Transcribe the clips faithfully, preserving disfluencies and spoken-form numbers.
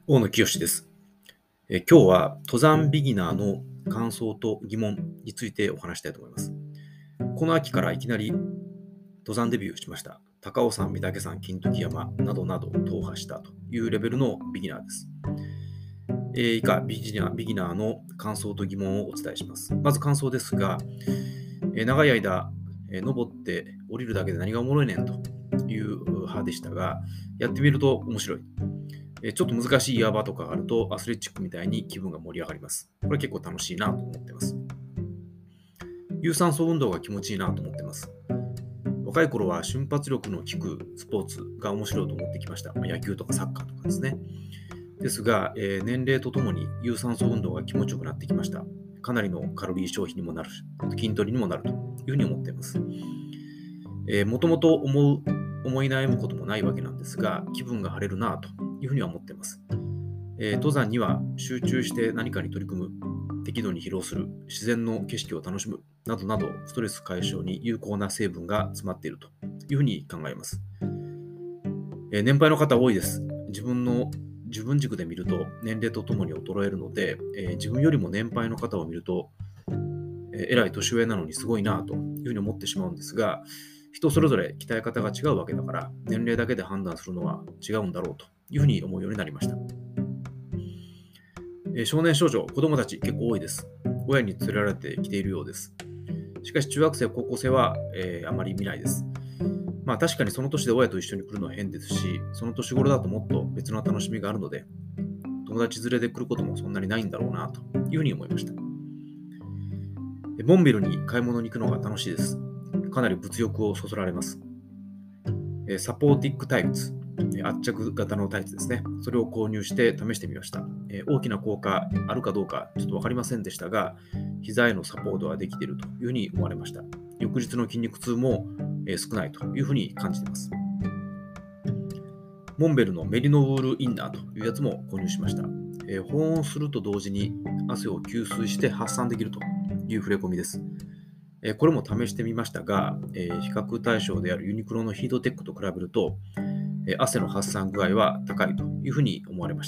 大野清です。えー今日は登山ビギナーの感想と疑問についてお話したいと思います。この秋からいきなり登山デビューしました。高尾山、御嶽山、金時山などなどを踏破したというレベルのビギナーです。えー以下ビギナー、ビギナーの感想と疑問をお伝えします。まず感想ですが、えー長い間、えー登って降りるだけで何がおもろいねんという派でしたが、やってみると面白い。えーちょっと難しい岩場とかがあるとアスレチックみたいに気分が盛り上がります。これ結構楽しいなと思ってます。有酸素運動が気持ちいいなと思ってます。若い頃は瞬発力の効くスポーツが面白いと思ってきました。まあ野球とかサッカーとかですね。ですが、えー年齢とともに有酸素運動が気持ちよくなってきました。かなりのカロリー消費にもなるし、筋トレにもなるというふうに思っています。もともと思う思い悩むこともないわけなんですが、気分が晴れるなというふうには思っています。えー登山には集中して何かに取り組む、適度に疲労する、自然の景色を楽しむなどなど、ストレス解消に有効な成分が詰まっているというふうに考えます。えー年配の方多いです。自分の自分軸で見ると年齢とともに衰えるので、えー自分よりも年配の方を見ると、えー、えらい年上なのにすごいなというふうに思ってしまうんですが、人それぞれ鍛え方が違うわけだから、年齢だけで判断するのは違うんだろうというふうに思うようになりました。えー少年少女、子供たち結構多いです。親に連れられてきているようです。しかし中学生、高校生は、えーあまり見ないです。まあ確かにその年で親と一緒に来るのは変ですし、その年頃だともっと別の楽しみがあるので、友達連れで来ることもそんなにないんだろうなというふうに思いました。モンベルに買い物に行くのが楽しいです。かなり物欲をそそられます。サポーティックタイツ、圧着型のタイツですね。それを購入して試してみました。大きな効果あるかどうかちょっと分かりませんでしたが、膝へのサポートができているというふうに思われました。翌日の筋肉痛も少ないというふうに感じています。モンベルのメリノウールインナーというやつも購入しました。えー保温すると同時に汗を吸水して発散できるという触れ込みです。えーこれも試してみましたが、えー比較対象であるユニクロのヒートテックと比べると、えー汗の発散具合は高いというふうに思われました。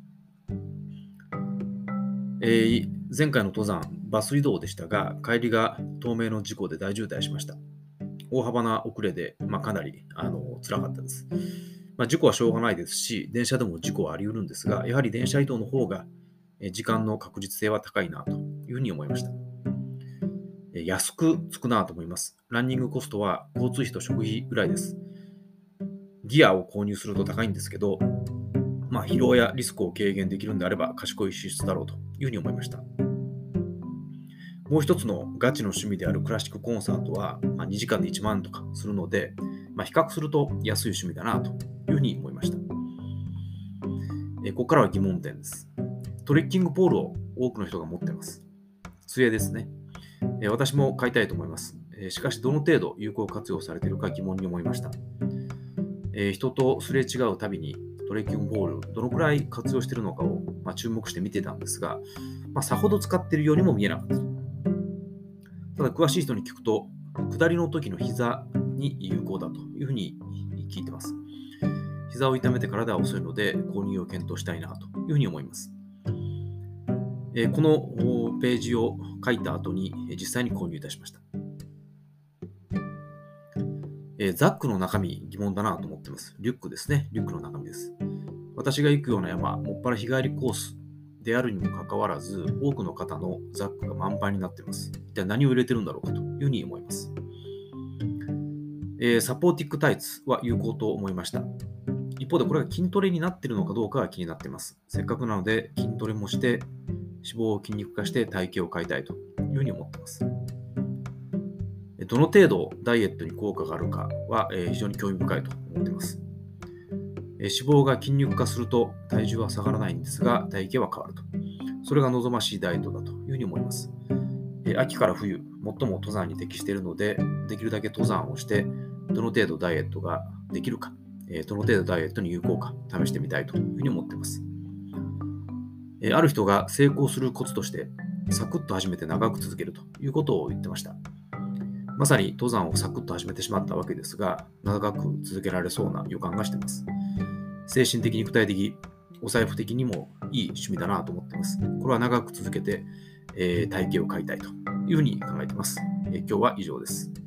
えー前回の登山、バス移動でしたが、帰りが東名の事故で大渋滞しました。大幅な遅れで、まあ、かなりあの辛かったです。まあ、事故はしょうがないですし、電車でも事故はあり得るんですが、やはり電車移動の方がえー時間の確実性は高いなというふうに思いました。えー安くつくなと思います。ランニングコストは交通費と食費ぐらいです。ギアを購入すると高いんですけど、まあ、疲労やリスクを軽減できるんであれば賢い支出だろうというふうに思いました。もう一つのガチの趣味であるクラシックコンサートは、まあ、にじかんでいちまんとかするので、まあ、比較すると安い趣味だなというふうに思いました。えーここからは疑問点です。トレッキングポールを多くの人が持っています。杖ですね。えー私も買いたいと思います。えーしかし、どの程度有効活用されているか疑問に思いました。えー人とすれ違うたびにトレッキングポール、どのくらい活用しているのかを、まあ、注目して見てたんですが、まあ、さほど使っているようにも見えなかった。ただ、詳しい人に聞くと、下りの時の膝に有効だというふうに聞いてます。膝を痛めて体は遅いので、購入を検討したいなというふうに思います。えーこのページを書いた後に実際に購入いたしました。えーザックの中身疑問だなと思っています。リュックですね。リュックの中身です。私が行くような山、もっぱら日帰りコースであるにもかかわらず、多くの方のザックが満杯になっています。一体何を入れてるんだろうかというふうに思います。えーサポーティックタイツは有効と思いました。一方でこれが筋トレになっているのかどうかが気になっています。せっかくなので筋トレもして脂肪を筋肉化して体型を変えたいというふうに思っています。どの程度ダイエットに効果があるかは非常に興味深いと思っています。脂肪が筋肉化すると体重は下がらないんですが体型は変わると。それが望ましいダイエットだというふうに思います。秋から冬、最も登山に適しているので、できるだけ登山をして、どの程度ダイエットができるか、どの程度ダイエットに有効か試してみたいというふうに思っています。ある人が成功するコツとして、サクッと始めて長く続けるということを言ってました。まさに登山をサクッと始めてしまったわけですが、長く続けられそうな予感がしています。精神的、肉体的、 お財布的にもいい趣味だなと思っています。これは長く続けて、えー体型を飼いたいというふうに考えています。えー今日は以上です。